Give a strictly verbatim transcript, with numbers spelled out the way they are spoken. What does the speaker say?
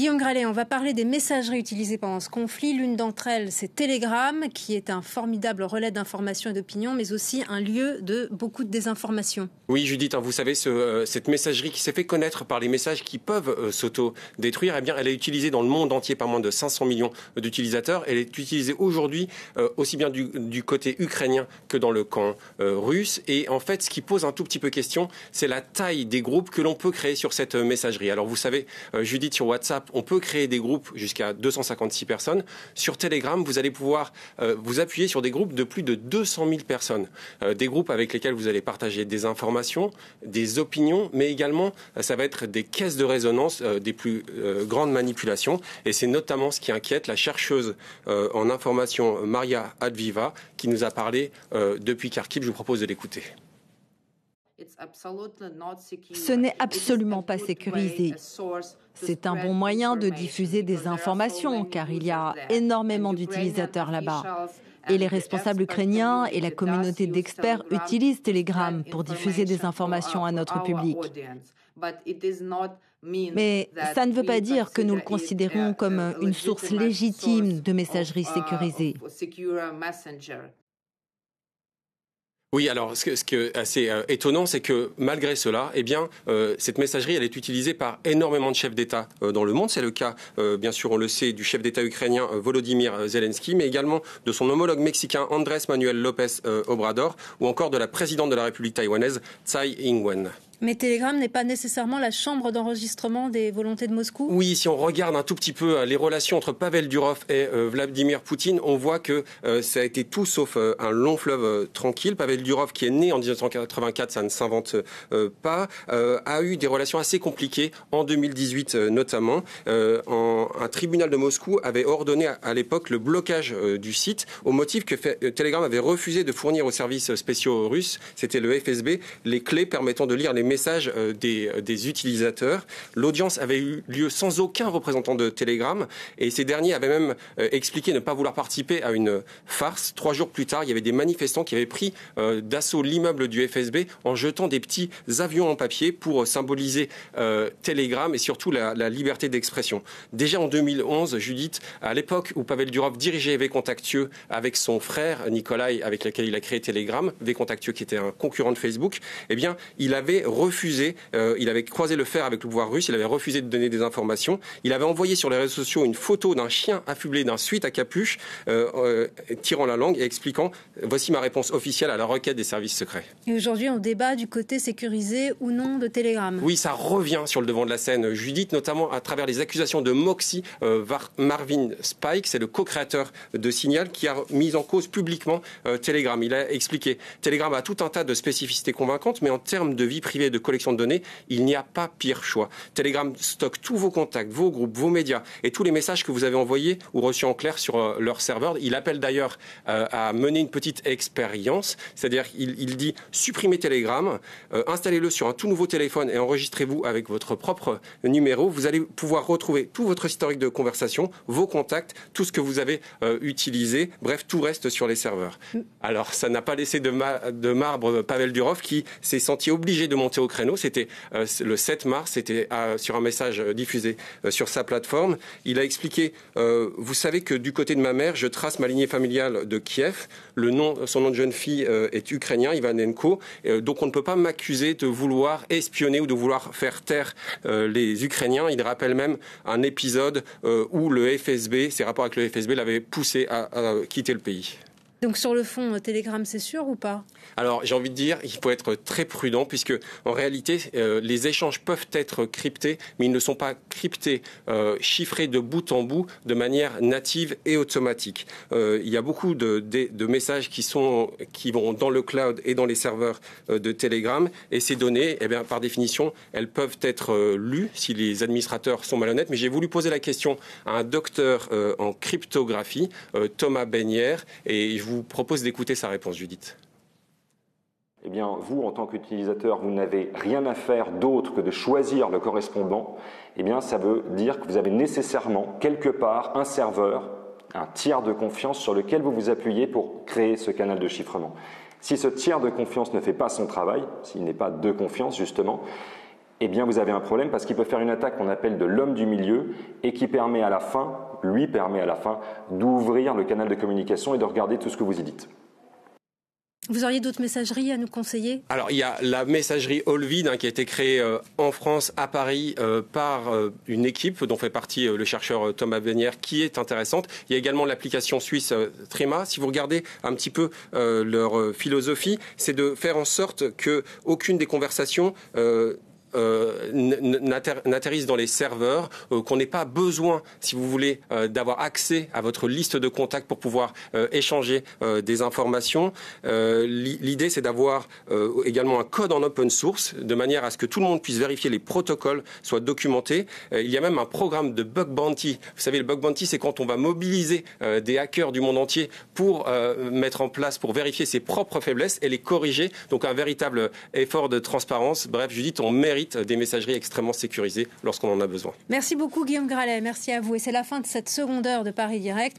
Guillaume Gralet, on va parler des messageries utilisées pendant ce conflit. L'une d'entre elles, c'est Telegram, qui est un formidable relais d'information et d'opinion, mais aussi un lieu de beaucoup de désinformation. Oui, Judith, hein, vous savez, ce, euh, cette messagerie qui s'est fait connaître par les messages qui peuvent euh, s'auto-détruire, eh bien, elle est utilisée dans le monde entier par moins de cinq cents millions d'utilisateurs. Elle est utilisée aujourd'hui euh, aussi bien du, du côté ukrainien que dans le camp euh, russe. Et en fait, ce qui pose un tout petit peu question, c'est la taille des groupes que l'on peut créer sur cette messagerie. Alors, vous savez, euh, Judith, sur WhatsApp, on peut créer des groupes jusqu'à deux cent cinquante-six personnes. Sur Telegram, vous allez pouvoir euh, vous appuyer sur des groupes de plus de deux cent mille personnes. Euh, des groupes avec lesquels vous allez partager des informations, des opinions, mais également, euh, ça va être des caisses de résonance euh, des plus euh, grandes manipulations. Et c'est notamment ce qui inquiète la chercheuse euh, en information Maria Adviva, qui nous a parlé euh, depuis Kharkiv. Je vous propose de l'écouter. Ce n'est absolument pas sécurisé. C'est un bon moyen de diffuser des informations car il y a énormément d'utilisateurs là-bas. Et les responsables ukrainiens et la communauté d'experts utilisent Telegram pour diffuser des informations à notre public. Mais ça ne veut pas dire que nous le considérons comme une source légitime de messagerie sécurisée. Oui, alors ce, ce qui est assez euh, étonnant, c'est que malgré cela, eh bien, euh, cette messagerie, elle est utilisée par énormément de chefs d'État euh, dans le monde. C'est le cas, euh, bien sûr, on le sait, du chef d'État ukrainien euh, Volodymyr Zelensky, mais également de son homologue mexicain Andrés Manuel López euh, Obrador, ou encore de la présidente de la République taïwanaise Tsai Ing-wen. Mais Telegram n'est pas nécessairement la chambre d'enregistrement des volontés de Moscou ? Oui, si on regarde un tout petit peu les relations entre Pavel Durov et euh, Vladimir Poutine, on voit que euh, ça a été tout sauf euh, un long fleuve euh, tranquille. Pavel Durov, qui est né en dix-neuf cent quatre-vingt-quatre, ça ne s'invente euh, pas, euh, a eu des relations assez compliquées en deux mille dix-huit euh, notamment. Euh, en, un tribunal de Moscou avait ordonné à, à l'époque le blocage euh, du site au motif que fait, euh, Telegram avait refusé de fournir aux services spéciaux russes, c'était le F S B, les clés permettant de lire les messages des, des utilisateurs. L'audience avait eu lieu sans aucun représentant de Telegram et ces derniers avaient même euh, expliqué ne pas vouloir participer à une farce. Trois jours plus tard, il y avait des manifestants qui avaient pris euh, d'assaut l'immeuble du F S B en jetant des petits avions en papier pour symboliser euh, Telegram et surtout la, la liberté d'expression. Déjà en deux mille onze, Judith, à l'époque où Pavel Durov dirigeait Vcontactieux avec son frère Nikolai, avec lequel il a créé Telegram, Vcontactieux qui était un concurrent de Facebook, eh bien, il avait refusé, euh, il avait croisé le fer avec le pouvoir russe, il avait refusé de donner des informations. Il avait envoyé sur les réseaux sociaux une photo d'un chien affublé d'un suite à capuche, euh, euh, tirant la langue et expliquant « Voici ma réponse officielle à la requête des services secrets ». Et aujourd'hui, on débat du côté sécurisé ou non de Telegram. Oui, ça revient sur le devant de la scène, Judith, notamment à travers les accusations de Moxie euh, Marvin Spike, c'est le co-créateur de Signal, qui a mis en cause publiquement euh, Telegram. Il a expliqué « Telegram a tout un tas de spécificités convaincantes, mais en termes de vie privée, de collection de données, il n'y a pas pire choix. Telegram stocke tous vos contacts, vos groupes, vos médias et tous les messages que vous avez envoyés ou reçus en clair sur euh, leur serveur. Il appelle d'ailleurs euh, à mener une petite expérience, c'est-à-dire il, il dit supprimez Telegram, euh, installez-le sur un tout nouveau téléphone et enregistrez-vous avec votre propre numéro. Vous allez pouvoir retrouver tout votre historique de conversation, vos contacts, tout ce que vous avez euh, utilisé. Bref, tout reste sur les serveurs. Alors, ça n'a pas laissé de, ma- de marbre Pavel Durov qui s'est senti obligé de monter au créneau. C'était euh, le sept mars, c'était euh, sur un message diffusé euh, sur sa plateforme. Il a expliqué euh, « Vous savez que du côté de ma mère, je trace ma lignée familiale de Kiev. Le nom, son nom de jeune fille euh, est ukrainien, Ivanenko. Euh, donc on ne peut pas m'accuser de vouloir espionner ou de vouloir faire taire euh, les Ukrainiens. » Il rappelle même un épisode euh, où le F S B, ses rapports avec le F S B l'avaient poussé à, à quitter le pays. Donc sur le fond, Telegram, c'est sûr ou pas ? Alors j'ai envie de dire, il faut être très prudent puisque en réalité, euh, les échanges peuvent être cryptés, mais ils ne sont pas cryptés, euh, chiffrés de bout en bout de manière native et automatique. Euh, il y a beaucoup de, de, de messages qui, sont, qui vont dans le cloud et dans les serveurs euh, de Telegram et ces données, eh bien, par définition, elles peuvent être euh, lues si les administrateurs sont malhonnêtes. Mais j'ai voulu poser la question à un docteur euh, en cryptographie, euh, Thomas Benière, et je vous Je vous propose d'écouter sa réponse, Judith. Eh bien, vous, en tant qu'utilisateur, vous n'avez rien à faire d'autre que de choisir le correspondant. Eh bien, ça veut dire que vous avez nécessairement, quelque part, un serveur, un tiers de confiance sur lequel vous vous appuyez pour créer ce canal de chiffrement. Si ce tiers de confiance ne fait pas son travail, s'il n'est pas de confiance, justement, eh bien vous avez un problème parce qu'il peut faire une attaque qu'on appelle de l'homme du milieu et qui permet à la fin, lui permet à la fin, d'ouvrir le canal de communication et de regarder tout ce que vous y dites. Vous auriez d'autres messageries à nous conseiller ? Alors, il y a la messagerie Olvid hein, qui a été créée euh, en France, à Paris, euh, par euh, une équipe dont fait partie euh, le chercheur euh, Thomas Benière, qui est intéressante. Il y a également l'application suisse euh, Trema. Si vous regardez un petit peu euh, leur euh, philosophie, c'est de faire en sorte qu'aucune des conversations euh, Euh, n'atterrissent dans les serveurs, euh, qu'on n'ait pas besoin, si vous voulez, euh, d'avoir accès à votre liste de contacts pour pouvoir euh, échanger euh, des informations. Euh, l'idée, c'est d'avoir euh, également un code en open source, de manière à ce que tout le monde puisse vérifier les protocoles soient documentés. Euh, il y a même un programme de bug bounty. Vous savez, le bug bounty, c'est quand on va mobiliser euh, des hackers du monde entier pour euh, mettre en place, pour vérifier ses propres faiblesses et les corriger. Donc un véritable effort de transparence. Bref, Judith, on mérite des messageries extrêmement sécurisées lorsqu'on en a besoin. Merci beaucoup Guillaume Gralet, merci à vous. Et c'est la fin de cette seconde heure de Paris Direct.